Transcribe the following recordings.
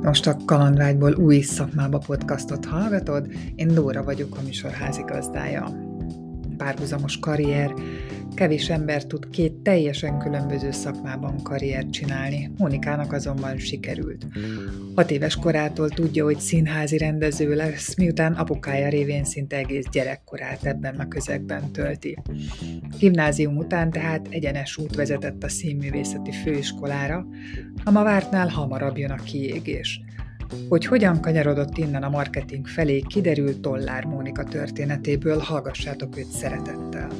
Most a Kalandvágyból új szakmába podcastot hallgatod, én Dóra vagyok, a műsor házigazdája. Párhuzamos karrier, kevés ember tud két teljesen különböző szakmában karriert csinálni, Mónikának azonban sikerült. 6 éves korától tudja, hogy színházi rendező lesz, miután apukája révén szinte egész gyerekkorát ebben a közegben tölti. Gimnázium után tehát egyenes út vezetett a színművészeti főiskolára, a ma vártnál hamarabb jön a kiégés. Hogy hogyan kanyarodott innen a marketing felé, kiderül Tollár Mónika történetéből, hallgassátok őt szeretettel.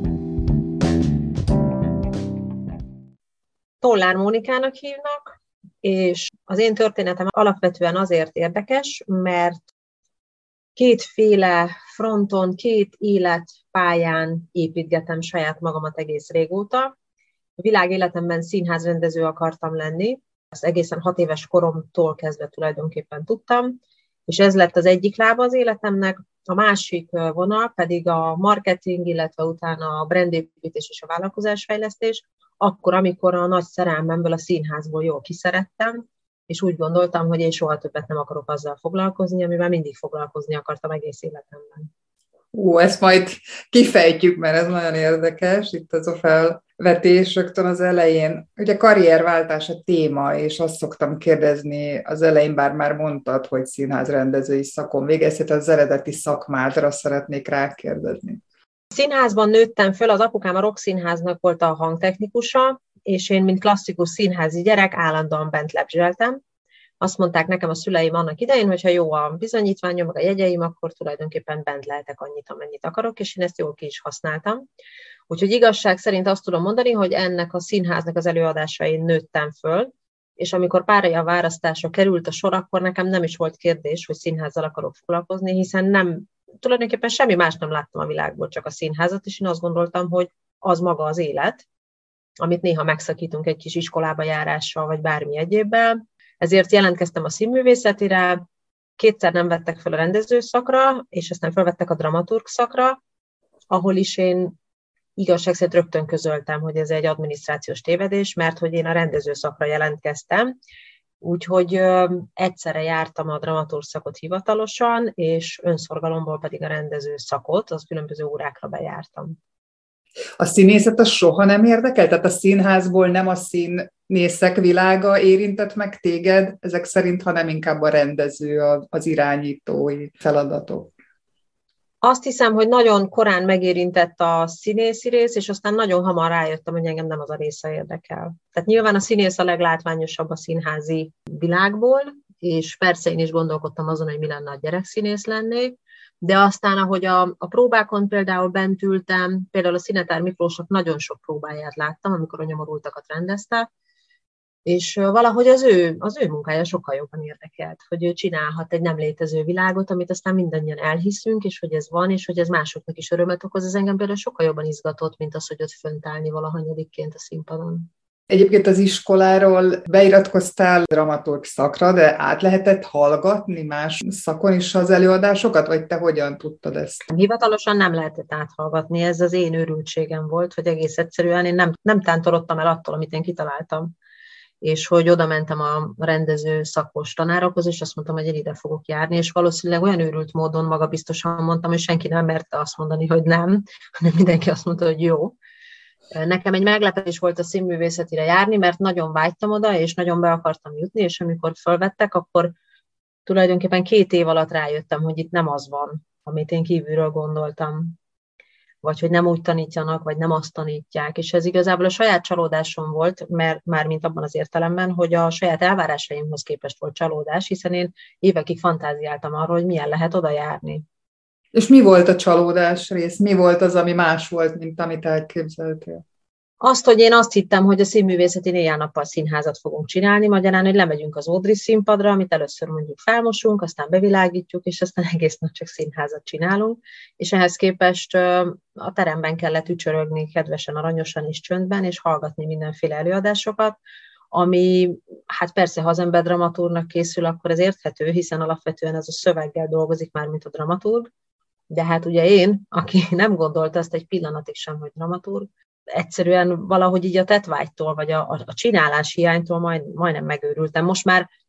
Tollár Mónikának hívnak, és az én történetem alapvetően azért érdekes, mert kétféle fronton, két életpályán építgetem saját magamat egész régóta. A világéletemben színházrendező akartam lenni, ezt egészen 6 éves koromtól kezdve tulajdonképpen tudtam, és ez lett az egyik lába az életemnek, a másik vonal pedig a marketing, illetve utána a brandépítés és a vállalkozásfejlesztés, akkor, amikor a nagy szerelmemből, a színházból jól kiszerettem, és úgy gondoltam, hogy én soha többet nem akarok azzal foglalkozni, amivel mindig foglalkozni akartam egész életemben. Ezt majd kifejtjük, mert ez nagyon érdekes, itt az a felvetés rögtön az elején. Ugye karrierváltás a téma, és azt szoktam kérdezni az elején, bár már mondtad, hogy színházrendezői szakon végezted, az eredeti szakmádra szeretnék rákérdezni. Színházban nőttem föl, az apukám a Rockszínháznak volt a hangtechnikusa, és én, mint klasszikus színházi gyerek, állandóan bent lebzseltem. Azt mondták nekem a szüleim annak idején, hogy ha jó a bizonyítványom, meg a jegyeim, akkor tulajdonképpen bent lehetek annyit, amennyit akarok, és én ezt jól ki is használtam. Úgyhogy igazság szerint azt tudom mondani, hogy ennek a színháznak az előadásain nőttem föl, és amikor pályaválasztásra került a sor, akkor nekem nem is volt kérdés, hogy színházzal akarok foglalkozni, hiszen tulajdonképpen semmi más nem láttam a világból, csak a színházat, és én azt gondoltam, hogy az maga az élet, amit néha megszakítunk egy kis iskolába járással, vagy bármi egyébben. Ezért jelentkeztem a színművészetire, 2-szer nem vettek fel a rendezőszakra, és aztán felvettek a dramaturg szakra, ahol is én igazság szerint rögtön közöltem, hogy ez egy adminisztrációs tévedés, mert hogy én a rendezőszakra jelentkeztem, úgyhogy egyszerre jártam a dramaturg szakot hivatalosan, és önszorgalomból pedig a rendezőszakot, az különböző órákra bejártam. A színészet az soha nem érdekel? Tehát a színházból nem a színészek világa érintett meg téged, ezek szerint, hanem inkább a rendező, az irányítói feladatok? Azt hiszem, hogy nagyon korán megérintett a színészi rész, és aztán nagyon hamar rájöttem, hogy engem nem az a része érdekel. Tehát nyilván a színész a leglátványosabb a színházi világból, és persze én is gondolkodtam azon, hogy mi lenne, a gyerekszínész lennék, de aztán, ahogy a próbákon például bent ültem, például a Szinetár Miklósnak nagyon sok próbáját láttam, amikor a Nyomorultakat rendezte, és valahogy az ő munkája sokkal jobban érdekelt, hogy ő csinálhat egy nem létező világot, amit aztán mindannyian elhiszünk, és hogy ez van, és hogy ez másoknak is örömet okoz. Ez engem például sokkal jobban izgatott, mint az, hogy ott fönt állni valahanyadikként a színpadon. Egyébként az iskoláról beiratkoztál dramaturg szakra, de át lehetett hallgatni más szakon is az előadásokat, vagy te hogyan tudtad ezt? Hivatalosan nem lehetett áthallgatni, ez az én őrültségem volt, hogy egész egyszerűen én nem tántorodtam el attól, amit én kitaláltam. És hogy oda mentem a rendező szakos tanárokhoz, és azt mondtam, hogy én ide fogok járni, és valószínűleg olyan őrült módon magabiztosan mondtam, hogy senki nem merte azt mondani, hogy nem, hanem mindenki azt mondta, hogy jó. Nekem egy meglepetés volt a színművészetire járni, mert nagyon vágytam oda, és nagyon be akartam jutni, és amikor fölvettek, akkor tulajdonképpen 2 év alatt rájöttem, hogy itt nem az van, amit én kívülről gondoltam, vagy hogy nem úgy tanítanak, vagy nem azt tanítják, és ez igazából a saját csalódásom volt, mert már mint abban az értelemben, hogy a saját elvárásaimhoz képest volt csalódás, hiszen én évekig fantáziáltam arról, hogy milyen lehet oda járni. És mi volt a csalódás rész? Mi volt az, ami más volt, mint amit elképzeltél? Azt, hogy én azt hittem, hogy a színművészetén éjjel-nappal színházat fogunk csinálni, magyarán, hogy lemegyünk az Ódri színpadra, amit először mondjuk felmosunk, aztán bevilágítjuk, és aztán egész nap csak színházat csinálunk, és ehhez képest a teremben kellett ücsörögni kedvesen, aranyosan és csöndben, és hallgatni mindenféle előadásokat, ami, hát persze, ha az ember dramaturgnak készül, akkor ez érthető, hiszen alapvetően ez a szöveggel dolgozik már, mint a dramaturg, de hát ugye én, aki nem gondolta azt egy pillanatig sem, hogy dramaturg, egyszerűen valahogy így a tettvágytól, vagy a csinálás hiánytól majdnem megőrültem. Most már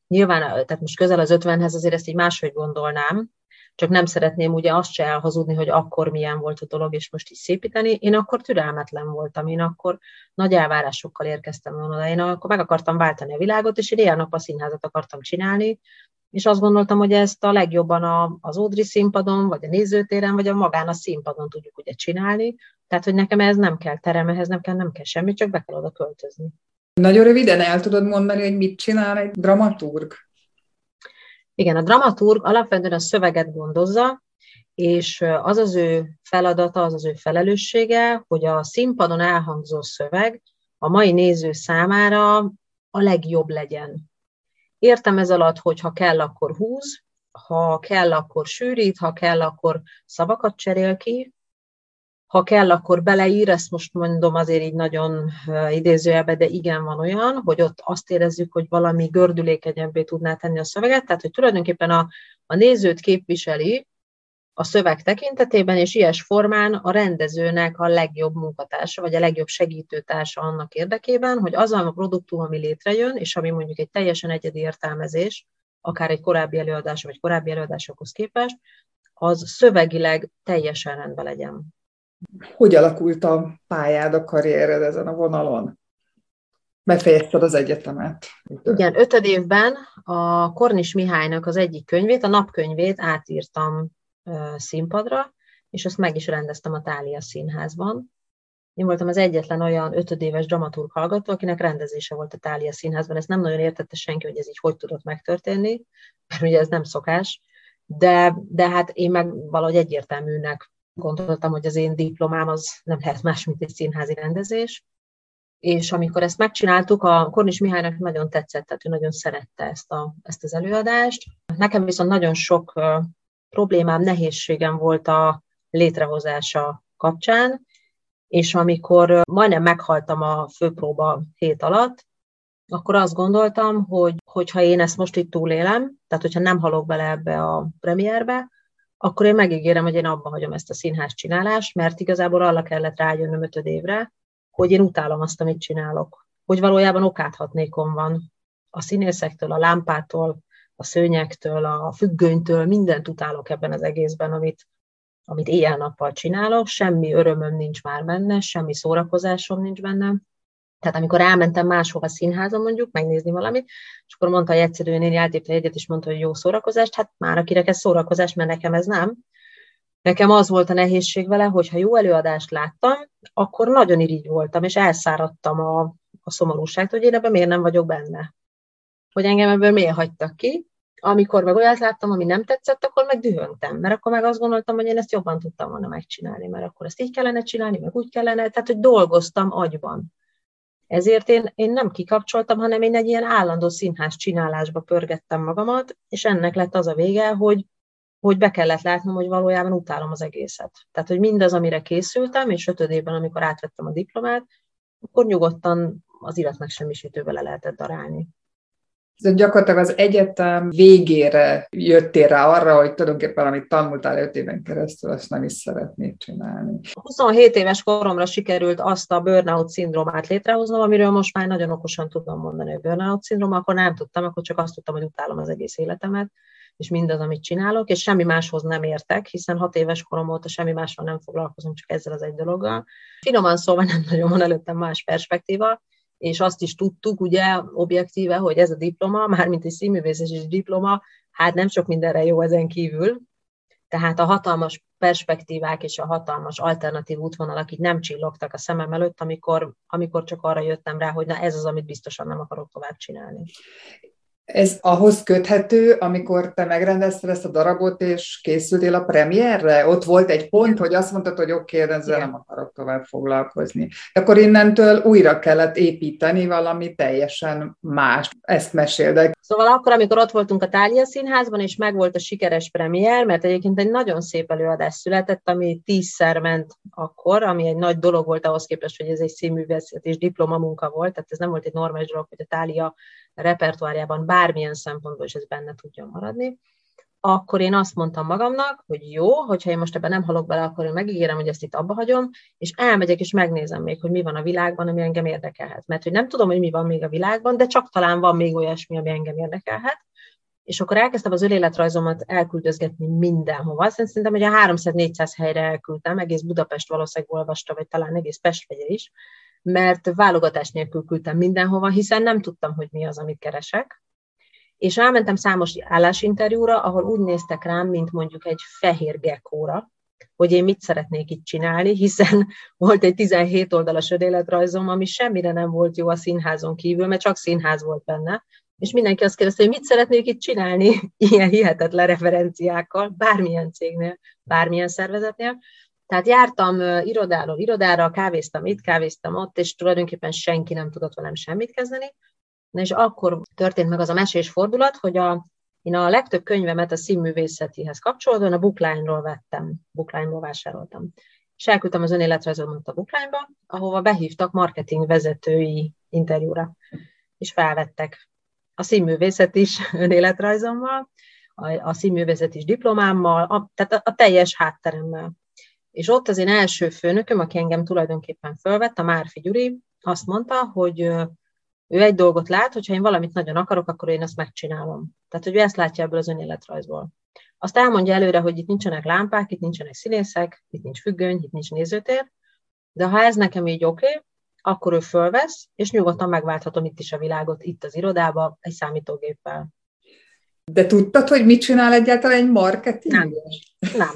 Nyilván, tehát most közel az 50-hez azért ezt így máshogy gondolnám, csak nem szeretném ugye azt se elhazudni, hogy akkor milyen volt a dolog, és most így szépíteni. Én akkor türelmetlen voltam, én akkor nagy elvárásokkal érkeztem volna, én akkor meg akartam váltani a világot, és én éjjel-nappal színházat akartam csinálni, és azt gondoltam, hogy ezt a legjobban az Ódri színpadon, vagy a nézőtéren, vagy a magán a színpadon tudjuk ugye csinálni. Tehát, hogy nekem ez nem kell terem, ehhez nem kell semmi, csak be kell oda költözni. Nagyon röviden el tudod mondani, hogy mit csinál egy dramaturg? Igen, a dramaturg alapvetően a szöveget gondozza, és az az ő feladata, az az ő felelőssége, hogy a színpadon elhangzó szöveg a mai néző számára a legjobb legyen. Értem ez alatt, hogy ha kell, akkor húz, ha kell, akkor sűrít, ha kell, akkor szavakat cserél ki, ha kell, akkor beleír, ezt most mondom azért így nagyon idézőjelben, de igen, van olyan, hogy ott azt érezzük, hogy valami gördülékenyebbé tudná tenni a szöveget, tehát hogy tulajdonképpen a nézőt képviseli a szöveg tekintetében, és ilyes formán a rendezőnek a legjobb munkatársa, vagy a legjobb segítőtársa annak érdekében, hogy az a produktum, ami létrejön, és ami mondjuk egy teljesen egyedi értelmezés, akár egy korábbi előadás, vagy korábbi előadásokhoz képest, az szövegileg teljesen rendben legyen. Hogy alakult a pályád, a karriered ezen a vonalon? Befejezted az egyetemet. Igen, 5. évben a Kornis Mihálynak az egyik könyvét, a napkönyvét átírtam színpadra, és azt meg is rendeztem a Thália Színházban. Én voltam az egyetlen olyan 5 éves dramaturg hallgató, akinek rendezése volt a Thália Színházban. Ezt nem nagyon értette senki, hogy ez így hogy tudott megtörténni, mert ugye ez nem szokás, de hát én meg valahogy egyértelműnek gondoltam, hogy az én diplomám az nem lehet más, mint egy színházi rendezés. És amikor ezt megcsináltuk, a Kornis Mihálynak nagyon tetszett, tehát ő nagyon szerette ezt az előadást. Nekem viszont nagyon sok problémám, nehézségem volt a létrehozása kapcsán, és amikor majdnem meghaltam a főpróba hét alatt, akkor azt gondoltam, hogy ha én ezt most itt túlélem, tehát hogyha nem halok bele ebbe a premierbe, akkor én megígérem, hogy én abba hagyom ezt a színház csinálást, mert igazából arra kellett rájönnöm 5 évre, hogy én utálom azt, amit csinálok. Hogy valójában okáthatnékom van a színészektől, a lámpától, a szőnyektől, a függönytől, mindent utálok ebben az egészben, amit éjjel-nappal csinálok, semmi örömöm nincs már benne, semmi szórakozásom nincs benne. Tehát amikor elmentem máshova színházon mondjuk, megnézni valamit, és akkor mondta, hogy egyszerűen néni eltépte egyet, és mondta, hogy jó szórakozást, hát már akinek ez szórakozás, mert nekem ez nem. Nekem az volt a nehézség vele, hogy ha jó előadást láttam, akkor nagyon irigy voltam, és elszáradtam a szomorúságtól, hogy én ebben miért nem vagyok benne. Hogy engem ebből miért hagytak ki. Amikor meg olyat láttam, ami nem tetszett, akkor meg dühöngtem, mert akkor meg azt gondoltam, hogy én ezt jobban tudtam volna megcsinálni, mert akkor ezt így kellene csinálni, meg úgy kellene, tehát hogy dolgoztam agyban. Ezért én nem kikapcsoltam, hanem én egy ilyen állandó színház csinálásba pörgettem magamat, és ennek lett az a vége, hogy be kellett látnom, hogy valójában utálom az egészet. Tehát, hogy mindaz, amire készültem, és 5 évben, amikor átvettem a diplomát, akkor nyugodtan az életmegsemmisítőbe le lehetett darálni. Gyakorlatilag az egyetem végére jöttél rá arra, hogy tulajdonképpen amit tanultál 5 éven keresztül, azt nem is szeretnéd csinálni. 27 éves koromra sikerült azt a burnout-szindrómát létrehoznom, amiről most már nagyon okosan tudom mondani, hogy burnout-szindróma, akkor nem tudtam, akkor csak azt tudtam, hogy utálom az egész életemet, és mindaz, amit csinálok, és semmi máshoz nem értek, hiszen 6 éves korom óta semmi mással nem foglalkozom, csak ezzel az egy dologgal. Finoman szóval nem nagyon van előttem más perspektíva, és azt is tudtuk, ugye, objektíve, hogy ez a diploma, mármint egy színművészeti diploma, hát nem sok mindenre jó ezen kívül, tehát a hatalmas perspektívák és a hatalmas alternatív útvonalak így nem csillogtak a szemem előtt, amikor csak arra jöttem rá, hogy na ez az, amit biztosan nem akarok tovább csinálni. Ez ahhoz köthető, amikor te megrendezted ezt a darabot, és készültél a premierre? Ott volt egy pont, hogy azt mondtad, hogy oké, ezzel nem akarok tovább foglalkozni. Akkor innentől újra kellett építeni valami teljesen más. Ezt meséld. Szóval akkor, amikor ott voltunk a Thália Színházban, és megvolt a sikeres premier, mert egyébként egy nagyon szép előadás született, ami 10-szer ment akkor, ami egy nagy dolog volt ahhoz képest, hogy ez egy színművészet és diplomamunka volt, tehát ez nem volt egy normális dolog, hogy a Thália repertoárjában bármilyen szempontból is ez benne tudjon maradni. akkor én azt mondtam magamnak, hogy jó, hogyha én most ebben nem halok bele, akkor én megígérem, hogy ezt itt abba hagyom, és elmegyek és megnézem még, hogy mi van a világban, ami engem érdekelhet. Mert hogy nem tudom, hogy mi van még a világban, de csak talán van még olyasmi, ami engem érdekelhet. És akkor elkezdtem az önéletrajzomat elküldözgetni mindenhova. Szerintem, hogy a 300-400 helyre elküldtem, egész Budapest valószínűleg olvasta, vagy talán egész Pest vegye is, mert válogatás nélkül küldtem mindenhova, hiszen nem tudtam, hogy mi az, amit keresek. És elmentem számos állásinterjúra, ahol úgy néztek rám, mint mondjuk egy fehér gekkóra, hogy én mit szeretnék itt csinálni, hiszen volt egy 17 oldalas önéletrajzom, ami semmire nem volt jó a színházon kívül, mert csak színház volt benne, és mindenki azt kérdezte, hogy mit szeretnék itt csinálni ilyen hihetetlen referenciákkal, bármilyen cégnél, bármilyen szervezetnél. Tehát jártam irodáról irodára, kávéztam itt, kávéztam ott, és tulajdonképpen senki nem tudott velem semmit kezdeni. Na és akkor történt meg az a mesés fordulat, hogy én a legtöbb könyvemet a színművészetihez kapcsolódóan a Bookline-ról vettem, Bookline-ról vásároltam. És elküldtem az önéletrajzomat a Bookline-ba, ahova behívtak marketing vezetői interjúra, és felvettek a színművészet is önéletrajzommal, a színművészet is diplomámmal, tehát a teljes hátteremmel. És ott az én első főnököm, aki engem tulajdonképpen fölvett, a Márfi Gyuri, azt mondta, hogy ő egy dolgot lát, hogyha én valamit nagyon akarok, akkor én azt megcsinálom. Tehát, hogy ő ezt látja ebből az önéletrajzból. Azt elmondja előre, hogy itt nincsenek lámpák, itt nincsenek színészek, itt nincs függöny, itt nincs nézőtér, de ha ez nekem így oké, akkor ő fölvesz, és nyugodtan megválthatom itt is a világot, itt az irodába, egy számítógéppel. De tudtad, hogy mit csinál egyáltalán egy marketinges? Nem.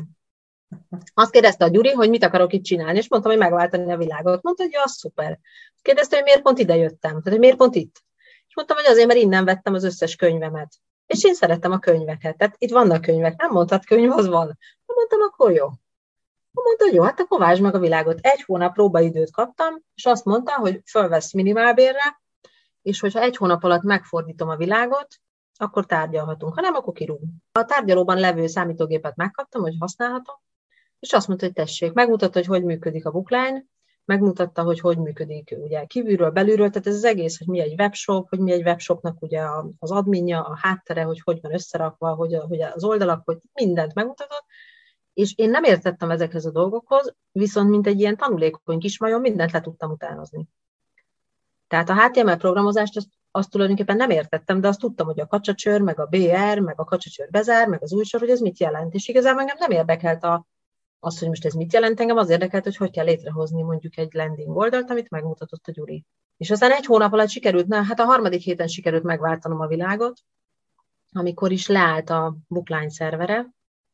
Azt kérdezte a Gyuri, hogy mit akarok itt csinálni, és mondtam, hogy megváltani a világot. Mondta, hogy az szuper. Kérdezte, hogy miért pont ide jöttem, tehát hogy miért pont itt. És mondtam, hogy azért, mert innen vettem az összes könyvemet. És én szerettem a könyveket. Tehát itt vannak könyvek, nem mondtad könyv, az van. Mondtam, akkor jó. Mondta, hogy jó, hát akkor vásd meg a világot. 1 hónap próbaidőt kaptam, és azt mondta, hogy fölvesz minimálbérre, és hogyha 1 hónap alatt megfordítom a világot, akkor tárgyalhatunk. Ha nem, akkor kirúgunk. A tárgyalóban levő számítógépet megkaptam, hogy használhatom, és azt mondta, hogy tessék, megmutatta, hogy működik a Bookline, megmutatta, hogy működik ugye kívülről, belülről, tehát ez az egész, hogy mi egy webshop, hogy mi egy webshopnak ugye az adminja, a háttere, hogy van összerakva, hogy az oldalak, hogy mindent megmutatott, és én nem értettem ezekhez a dolgokhoz, viszont mint egy ilyen tanulékony kismajom mindent le tudtam utánozni. Tehát a HTML programozást azt tulajdonképpen nem értettem, de azt tudtam, hogy a kacsacsőr, meg a BR, meg a kacsacsőr bezár, meg az új sor, hogy ez mit jelent. És igazából engem nem érdekelt az, hogy most ez mit jelent, engem az érdekelt, hogy kell létrehozni mondjuk egy landing oldalt, amit megmutatott a Gyuri. És aztán 1 hónap alatt sikerült, hát a 3. héten sikerült megváltanom a világot, amikor is leállt a Bookline szervere,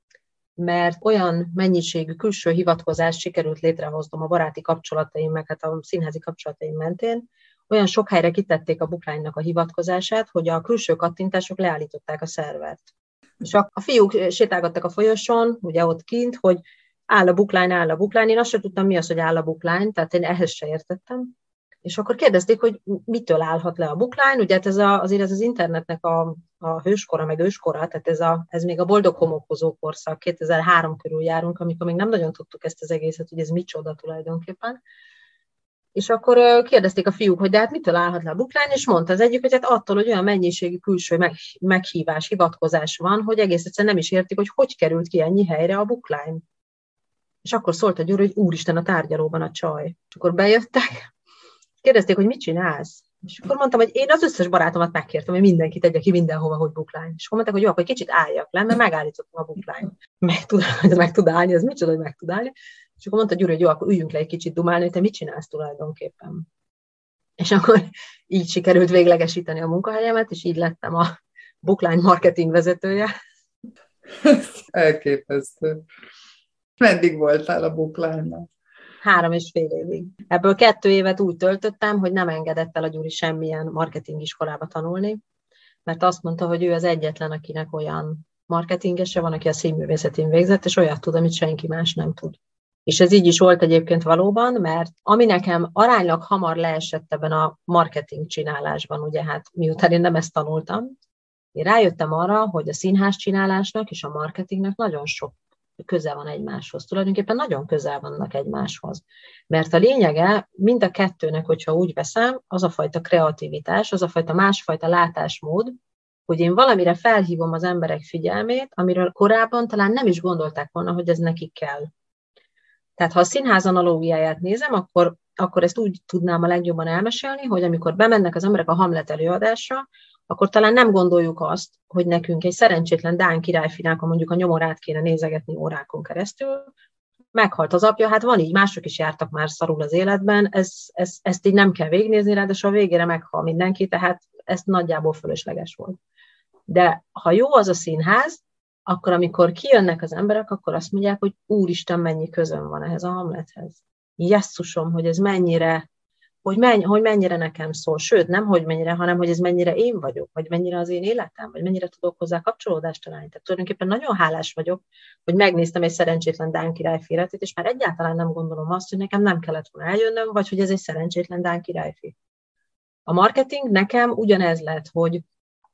mert olyan mennyiségű külső hivatkozást sikerült létrehoznom a baráti kapcsolataim, meg hát a színházi kapcsolataim mentén, olyan sok helyre kitették a Bookline-nak a hivatkozását, hogy a külső kattintások leállították a szervert. És a fiúk sétálgattak a folyosón, ugye ott kint, hogy áll a Bookline. Én azt sem tudtam, mi az, hogy áll a Bookline, tehát én ehhez se értettem. És akkor kérdezték, hogy mitől állhat le a Bookline, ugye hát azért ez az internetnek a hőskora, meg őskora, tehát ez még a boldog homokozó korszak, 2003 körül járunk, amikor még nem nagyon tudtuk ezt az egészet, hogy ez micsoda tulajdonképpen. És akkor kérdezték a fiúk, hogy de hát mitől állhat le a Bookline, és mondta az egyik, hogy hát attól, hogy olyan mennyiségű külső meghívás, hivatkozás van, hogy egész egyszerűen nem is értik, hogy került ki ennyi helyre a Bookline. És akkor szólt a Gyuri, hogy úristen, a tárgyalóban a csaj. És akkor bejöttek, kérdezték, hogy mit csinálsz? És akkor mondtam, hogy én az összes barátomat megkértem, hogy mindenki tegye ki mindenhova, hogy Bookline. És akkor mondták, hogy jó, akkor kicsit álljak le, mert megállítottam a Bookline. Meg tud állni, ez micsoda, hogy meg tud állni. És akkor mondta Gyuri, hogy jó, akkor üljünk le egy kicsit dumálni, hogy te mit csinálsz tulajdonképpen. És akkor így sikerült véglegesíteni a munkahelyemet, és így lettem a Bookline marketing vezetője. Elképesztő. Meddig voltál a Bookline-nál? 3,5 évig. Ebből 2 évet úgy töltöttem, hogy nem engedett el a Gyuri semmilyen marketingiskolába tanulni, mert azt mondta, hogy ő az egyetlen, akinek olyan marketingese van, aki a színművészetén végzett, és olyat tud, amit senki más nem tud. És ez így is volt egyébként valóban, mert ami nekem aránylag hamar leesett ebben a marketing csinálásban, ugye hát miután én nem ezt tanultam, én rájöttem arra, hogy a színház csinálásnak és a marketingnek nagyon sok közel van egymáshoz. Tulajdonképpen nagyon közel vannak egymáshoz. Mert a lényege mind a kettőnek, hogyha úgy veszem, az a fajta kreativitás, az a fajta másfajta látásmód, hogy én valamire felhívom az emberek figyelmét, amiről korábban talán nem is gondolták volna, hogy ez nekik kell. Tehát ha a színház analógiáját nézem, akkor ezt úgy tudnám a legjobban elmesélni, hogy amikor bemennek az emberek a Hamlet előadásra, akkor talán nem gondoljuk azt, hogy nekünk egy szerencsétlen dán királyfinak, mondjuk a nyomorát kéne nézegetni órákon keresztül, meghalt az apja, hát van így, mások is jártak már szarul az életben, ezt így nem kell végignézni, ráadásul a végére meghal mindenki, tehát ez nagyjából fölösleges volt. De ha jó az a színház, akkor amikor kijönnek az emberek, akkor azt mondják, hogy úristen, mennyi közöm van ehhez a Hamlethez. Jesszusom, hogy ez mennyire, hogy mennyire nekem szól. Sőt, nem hogy mennyire, hanem hogy ez mennyire én vagyok, vagy mennyire az én életem, vagy mennyire tudok hozzá kapcsolódást találni. Tehát tulajdonképpen nagyon hálás vagyok, hogy megnéztem egy szerencsétlen dán királyfi életét, és már egyáltalán nem gondolom azt, hogy nekem nem kellett volna eljönnöm, vagy hogy ez egy szerencsétlen dán királyfi. A marketing nekem ugyanez lett, hogy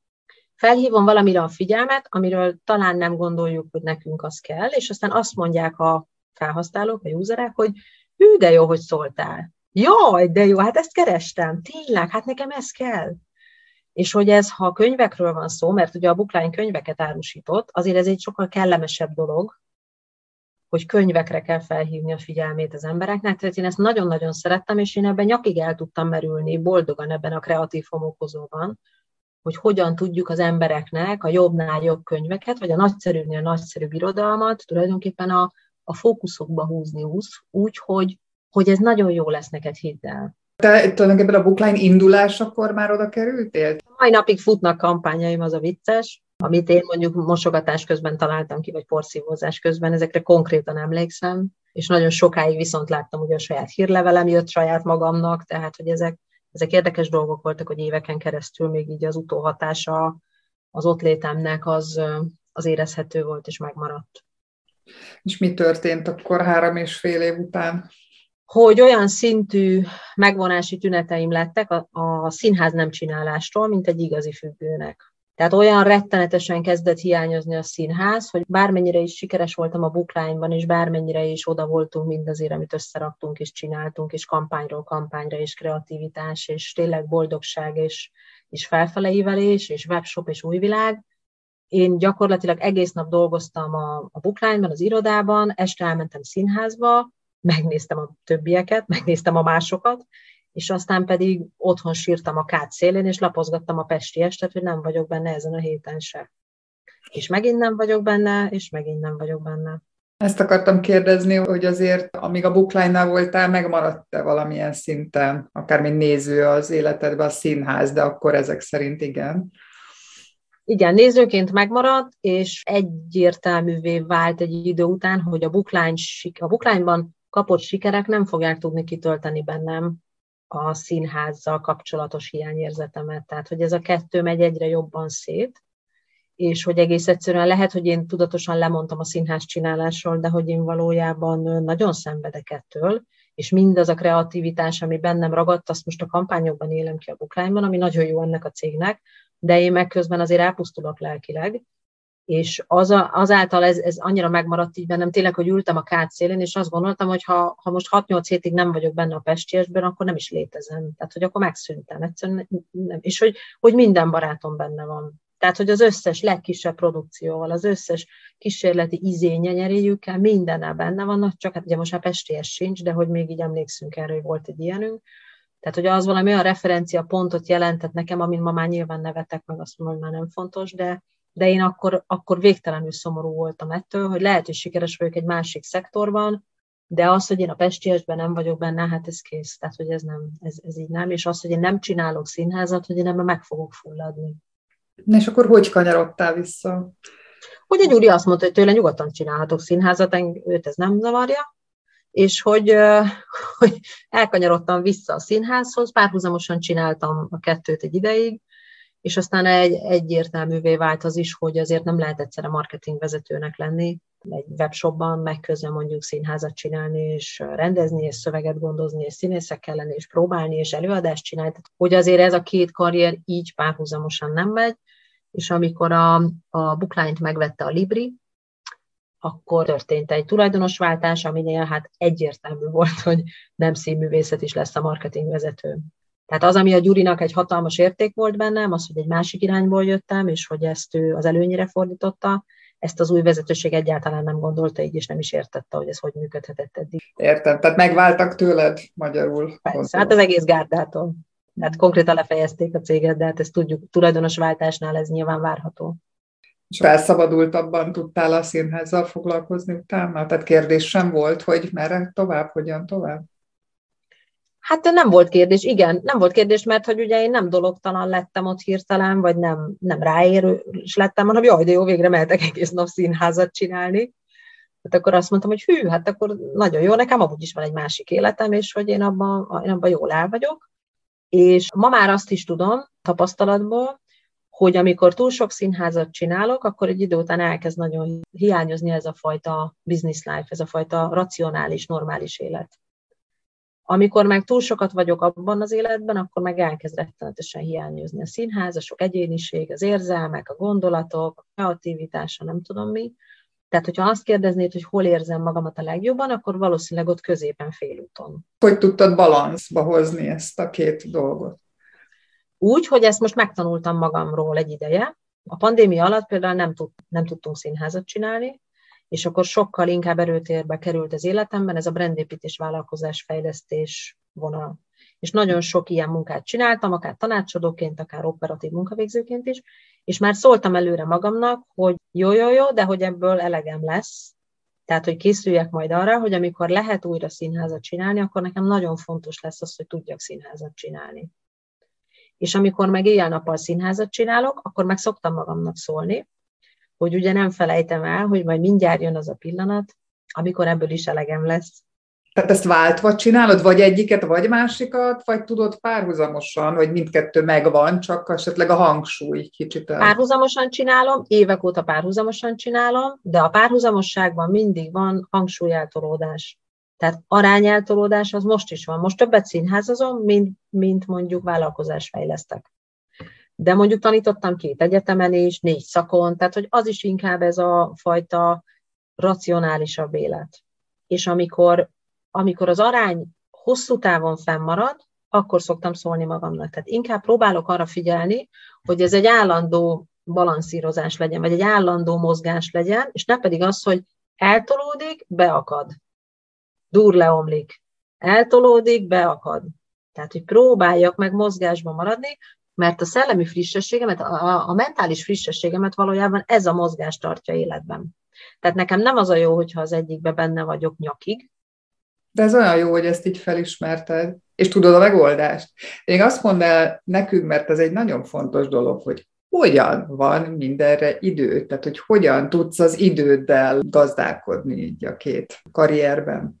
felhívom valamire a figyelmet, amiről talán nem gondoljuk, hogy nekünk az kell, és aztán azt mondják a felhasználók, a userek, hogy hű, de jó, hogy szóltál. Jaj, de jó, hát ezt kerestem. Tényleg, hát nekem ez kell. És hogy ez, ha könyvekről van szó, mert ugye a Bookline könyveket árusított, azért ez egy sokkal kellemesebb dolog, hogy könyvekre kell felhívni a figyelmét az embereknek. Tehát én ezt nagyon-nagyon szerettem, és én ebben nyakig el tudtam merülni boldogan ebben a kreatív homokozóban, hogy hogyan tudjuk az embereknek a jobbnál jobb könyveket, vagy a nagyszerűbbnél nagyszerűbb irodalmat tulajdonképpen a fókuszokba húzni úgy, hogy ez nagyon jó lesz neked, hidd el. Te tulajdonképpen a Bookline indulásakor már oda kerültél? Mai napig futnak kampányaim, az a vicces, amit én mondjuk mosogatás közben találtam ki, vagy porszívózás közben, ezekre konkrétan emlékszem, és nagyon sokáig viszont láttam, hogy a saját hírlevelem jött saját magamnak, tehát hogy ezek érdekes dolgok voltak, hogy éveken keresztül még így az utóhatása az ott létemnek az érezhető volt és megmaradt. És mi történt akkor 3,5 év után? Hogy olyan szintű megvonási tüneteim lettek a színház nem csinálástól, mint egy igazi függőnek. Tehát olyan rettenetesen kezdett hiányozni a színház, hogy bármennyire is sikeres voltam a Bookline-ban, és bármennyire is oda voltunk mindazért, amit összeraktunk és csináltunk, és kampányról kampányra, és kreativitás, és tényleg boldogság, és felfeleívelés, és webshop, és új világ. Én gyakorlatilag egész nap dolgoztam a Bookline-ban, az irodában, este elmentem színházba, megnéztem a többieket, megnéztem a másokat, és aztán pedig otthon sírtam a kád szélén, és lapozgattam a Pesti Estet, hogy nem vagyok benne ezen a héten se. És megint nem vagyok benne, és megint nem vagyok benne. Ezt akartam kérdezni, hogy azért, amíg a Bookline-nál voltál, megmaradt-e valamilyen szinten, akár mint néző az életedben a színház, de akkor ezek szerint igen. Igen, nézőként megmaradt, és egyértelművé vált egy idő után, hogy a Bookline-ban kapott sikerek nem fogják tudni kitölteni bennem a színházzal kapcsolatos hiányérzetemet. Tehát, hogy ez a kettő megy egyre jobban szét, és hogy egész egyszerűen lehet, hogy én tudatosan lemondtam a színház csinálásról, de hogy én valójában nagyon szenvedek ettől, és mindaz a kreativitás, ami bennem ragadt, azt most a kampányokban élem ki a Bookline-ban, ami nagyon jó ennek a cégnek, de én meg közben azért elpusztulok lelkileg, és azáltal ez annyira megmaradt így bennem, tényleg, hogy ültem a kád szélén, és azt gondoltam, hogy ha most 6-8 hétig nem vagyok benne a Pestiesben, akkor nem is létezem. Tehát, hogy akkor megszűntem. Egyszerűen nem. És hogy minden barátom benne van. Tehát, hogy az összes legkisebb produkcióval, az összes kísérleti nyenyerjükkel mindennel benne vannak, csak hát ugye most a Pesties sincs, de hogy még így emlékszünk erre, hogy volt egy ilyenünk. Tehát, hogy az valami olyan referencia pontot jelentett nekem, amin ma már nyilván nevetek, meg azt mondom, hogy már nem fontos, de én akkor végtelenül szomorú voltam ettől, hogy lehet, hogy sikeres vagyok egy másik szektorban, de az, hogy én a Pestiesben nem vagyok benne, hát ez kész. Tehát, hogy ez így nem. És az, hogy én nem csinálok színházat, hogy én ebben meg fogok fulladni. Na és akkor hogy kanyarodtál vissza? Hogy a Gyuri azt mondta, hogy tőle nyugodtan csinálhatok színházat, őt ez nem zavarja, és hogy elkanyarodtam vissza a színházhoz, párhuzamosan csináltam a kettőt egy ideig, és aztán egyértelművé vált az is, hogy azért nem lehet egyszerre marketingvezetőnek lenni, egy webshopban, meg közben mondjuk színházat csinálni, és rendezni, és szöveget gondozni, és színészekkel lenni, és próbálni, és előadást csinálni. Tehát, hogy azért ez a két karrier így párhuzamosan nem megy, és amikor a Bookline-t megvette a Libri, akkor történt egy tulajdonosváltás, aminél hát egyértelmű volt, hogy nem színművészet is lesz a marketingvezető. Tehát az, ami a Gyurinak egy hatalmas érték volt bennem, az, hogy egy másik irányból jöttem, és hogy ezt ő az előnyére fordította, ezt az új vezetőség egyáltalán nem gondolta így, és nem is értette, hogy ez hogy működhetett eddig. Értem, tehát megváltak tőled magyarul. Persze, hát az egész gárdától. Tehát konkrétan lefejezték a céget, de hát ezt tudjuk, tulajdonosváltásnál ez nyilván várható. És felszabadultabban tudtál a színházzal foglalkozni utána? Tehát kérdés sem volt, hogy merre tovább, hogyan tovább? Hát nem volt kérdés, igen, nem volt kérdés, mert hogy ugye én nem dologtalan lettem ott hirtelen, vagy nem ráérős lettem, hanem jaj, de jó, végre mehetek egész nap színházat csinálni. Hát akkor azt mondtam, hogy hű, hát akkor nagyon jó, nekem amúgy is van egy másik életem, és hogy én abban jól el vagyok. És ma már azt is tudom tapasztalatból, hogy amikor túl sok színházat csinálok, akkor egy idő után elkezd nagyon hiányozni ez a fajta business life, ez a fajta racionális, normális élet. Amikor meg túl sokat vagyok abban az életben, akkor meg elkezd rettenetesen hiányozni a színház, a sok egyéniség, az érzelmek, a gondolatok, a kreativitása, nem tudom mi. Tehát, hogyha azt kérdeznéd, hogy hol érzem magamat a legjobban, akkor valószínűleg ott középen, félúton. Hogy tudtad balanszba hozni ezt a két dolgot? Úgy, hogy ezt most megtanultam magamról egy ideje. A pandémia alatt például nem tudtunk színházat csinálni, és akkor sokkal inkább erőtérbe került az életemben ez a brandépítés, vállalkozásfejlesztés vonal. És nagyon sok ilyen munkát csináltam, akár tanácsadóként, akár operatív munkavégzőként is, és már szóltam előre magamnak, hogy jó, de hogy ebből elegem lesz. Tehát, hogy készüljek majd arra, hogy amikor lehet újra színházat csinálni, akkor nekem nagyon fontos lesz az, hogy tudjak színházat csinálni. És amikor meg éjjel-nappal színházat csinálok, akkor meg szoktam magamnak szólni, hogy ugye nem felejtem el, hogy majd mindjárt jön az a pillanat, amikor ebből is elegem lesz. Tehát ezt váltva csinálod, vagy egyiket, vagy másikat, vagy tudod párhuzamosan, hogy mindkettő megvan, csak esetleg a hangsúly kicsit. Párhuzamosan csinálom, évek óta párhuzamosan csinálom, de a párhuzamosságban mindig van hangsúlyeltolódás. Tehát arányeltolódás az most is van. Most többet színházazom, mint mondjuk vállalkozásfejlesztek. De mondjuk tanítottam 2 egyetemen is, 4 szakon, tehát hogy az is inkább ez a fajta racionálisabb élet. És amikor az arány hosszú távon fennmarad, akkor szoktam szólni magamnak. Tehát inkább próbálok arra figyelni, hogy ez egy állandó balanszírozás legyen, vagy egy állandó mozgás legyen, és ne pedig az, hogy eltolódik, beakad. Leomlik. Eltolódik, beakad. Tehát, hogy próbáljak meg mozgásban maradni, mert a szellemi frissességemet, a mentális frissességemet valójában ez a mozgás tartja életben. Tehát nekem nem az a jó, hogyha az egyikben benne vagyok nyakig. De ez olyan jó, hogy ezt így felismerted, és tudod a megoldást. Még azt mondd el nekünk, mert ez egy nagyon fontos dolog, hogy hogyan van mindenre idő, tehát hogy hogyan tudsz az időddel gazdálkodni így a 2 karrierben.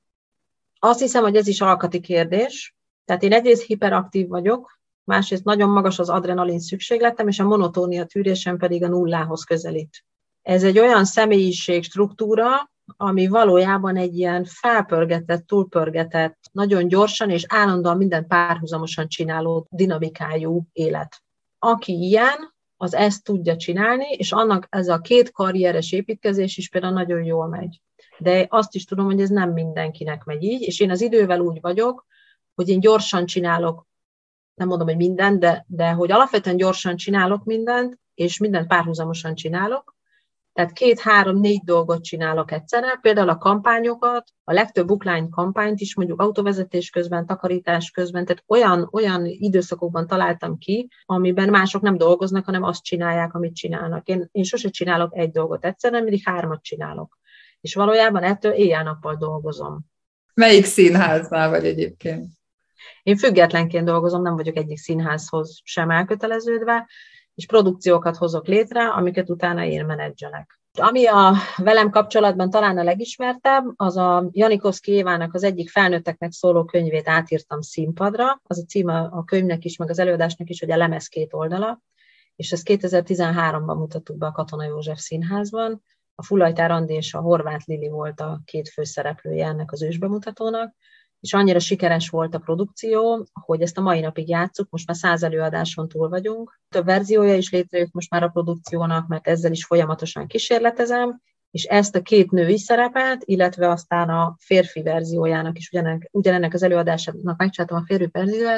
Azt hiszem, hogy ez is alkati kérdés. Tehát én egyrészt hiperaktív vagyok, másrészt nagyon magas az adrenalin szükségletem, és a monotónia tűrésem pedig a nullához közelít. Ez egy olyan személyiség struktúra, ami valójában egy ilyen felpörgetett, túlpörgetett, nagyon gyorsan és állandóan mindent párhuzamosan csináló dinamikájú élet. Aki ilyen, az ezt tudja csinálni, és annak ez a 2 karrieres építkezés is például nagyon jól megy. De azt is tudom, hogy ez nem mindenkinek megy így, és én az idővel úgy vagyok, hogy én gyorsan csinálok, nem mondom, hogy mindent, de hogy alapvetően gyorsan csinálok mindent, és mindent párhuzamosan csinálok. Tehát 2, 3, 4 dolgot csinálok egyszerre, például a kampányokat, a legtöbb bookline kampányt is mondjuk autóvezetés közben, takarítás közben, tehát olyan időszakokban találtam ki, amiben mások nem dolgoznak, hanem azt csinálják, amit csinálnak. Én sose csinálok 1 dolgot egyszerre, mindig 3-at csinálok. És valójában ettől éjjel-nappal dolgozom. Melyik színháznál vagy egyébként? Én függetlenként dolgozom, nem vagyok egyik színházhoz sem elköteleződve, és produkciókat hozok létre, amiket utána én menedzselek. Ami velem kapcsolatban talán a legismertebb, az a Janikovszky Évának az egyik felnőtteknek szóló könyvét átírtam színpadra. Az a címe a könyvnek is, meg az előadásnak is, hogy a lemez 2 oldala, és ezt 2013-ban mutattuk be a Katona József Színházban. A Fullajtár Andi és a Horváth Lili volt a 2 főszereplője ennek az ősbemutatónak, és annyira sikeres volt a produkció, hogy ezt a mai napig játsszuk, most már 100 előadáson túl vagyunk. Több verziója is létrejött most már a produkciónak, mert ezzel is folyamatosan kísérletezem, és ezt a 2 női szerepet, illetve aztán a férfi verziójának is ugyanennek az előadásának megcsináltam a férfi verzióját,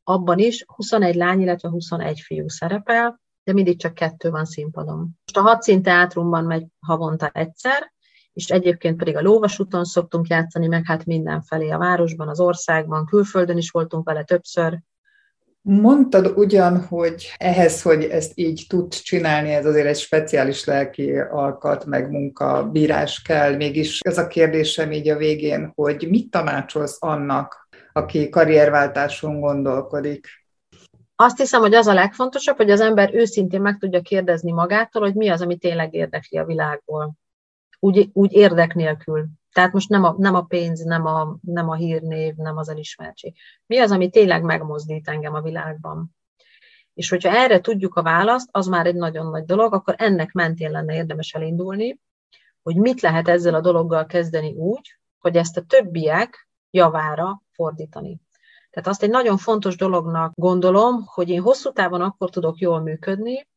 abban is 21 lány, illetve 21 fiú szerepel, de mindig csak 2 van színpadon. Most a Hadszín Teátrumban megy havonta egyszer, és egyébként pedig a Lóvasúton szoktunk játszani, meg hát mindenfelé a városban, az országban, külföldön is voltunk vele többször. Mondtad ugyan, hogy ehhez, hogy ezt így tudsz csinálni, ez azért egy speciális lelki alkat, meg munka, bírás kell. Mégis ez a kérdésem így a végén, hogy mit tanácsolsz annak, aki karrierváltáson gondolkodik? Azt hiszem, hogy az a legfontosabb, hogy az ember őszintén meg tudja kérdezni magától, hogy mi az, ami tényleg érdekli a világból. Úgy érdek nélkül. Tehát most nem a pénz, nem a hírnév, nem az elismertség. Mi az, ami tényleg megmozdít engem a világban? És hogyha erre tudjuk a választ, az már egy nagyon nagy dolog, akkor ennek mentén lenne érdemes elindulni, hogy mit lehet ezzel a dologgal kezdeni úgy, hogy ezt a többiek javára fordítani. Tehát azt egy nagyon fontos dolognak gondolom, hogy én hosszú távon akkor tudok jól működni,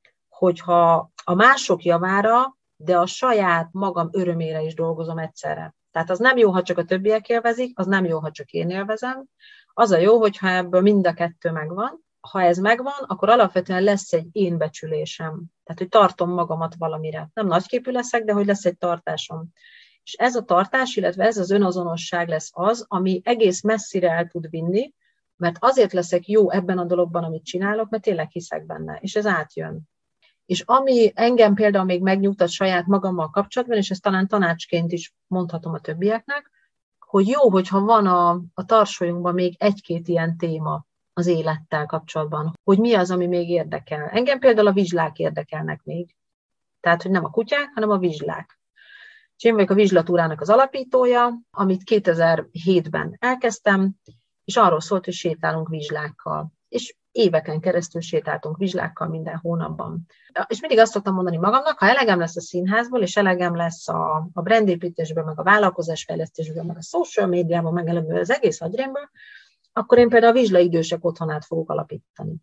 hogyha a mások javára, de a saját magam örömére is dolgozom egyszerre. Tehát az nem jó, ha csak a többiek élvezik, az nem jó, ha csak én élvezem. Az a jó, hogyha ebből mind a 2 megvan. Ha ez megvan, akkor alapvetően lesz egy én becsülésem. Tehát, hogy tartom magamat valamire. Nem nagyképű leszek, de hogy lesz egy tartásom. És ez a tartás, illetve ez az önazonosság lesz az, ami egész messzire el tud vinni, mert azért leszek jó ebben a dologban, amit csinálok, mert tényleg hiszek benne, és ez átjön. És ami engem például még megnyugtat saját magammal kapcsolatban, és ezt talán tanácsként is mondhatom a többieknek, hogy jó, hogyha van a tarsolyunkban még 1-2 ilyen téma az élettel kapcsolatban, hogy mi az, ami még érdekel. Engem például a vizslák érdekelnek még. Tehát, hogy nem a kutyák, hanem a vizslák. És én vagyok a vizslatúrának az alapítója, amit 2007-ben elkezdtem, és arról szólt, hogy sétálunk vizslákkal. És éveken keresztül sétáltunk vizslákkal minden hónapban. És mindig azt szoktam mondani magamnak, ha elegem lesz a színházból, és elegem lesz a brandépítésből, meg a vállalkozásfejlesztésből, meg a social médiában, meg előbb az egész agyrémből, akkor én például a vizslaidősek otthonát fogok alapítani.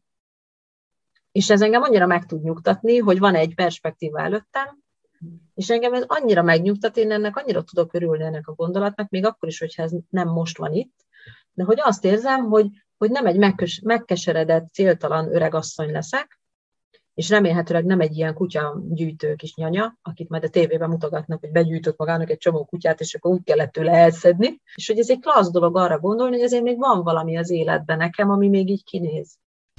És ez engem annyira meg tud nyugtatni, hogy van egy perspektíva előttem, és engem ez annyira megnyugtat, én ennek annyira tudok örülni ennek a gondolatnak, még akkor is, hogyha ez nem most van itt, de hogy azt érzem, hogy nem egy megkeseredett, céltalan öregasszony leszek, és remélhetőleg nem egy ilyen kutyagyűjtő kis nyanya, akit majd a tévében mutogatnak, hogy begyűjtött magának egy csomó kutyát, és akkor úgy kellett tőle elszedni. És hogy ez egy klassz dolog arra gondolni, hogy azért még van valami az életben nekem, ami még így kinéz.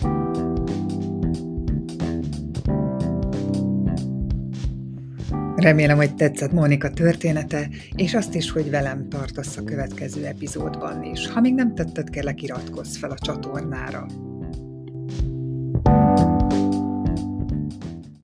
Remélem, hogy tetszett Mónika története, és azt is, hogy velem tartasz a következő epizódban is. Ha még nem tetted, kérlek, iratkozz fel a csatornára.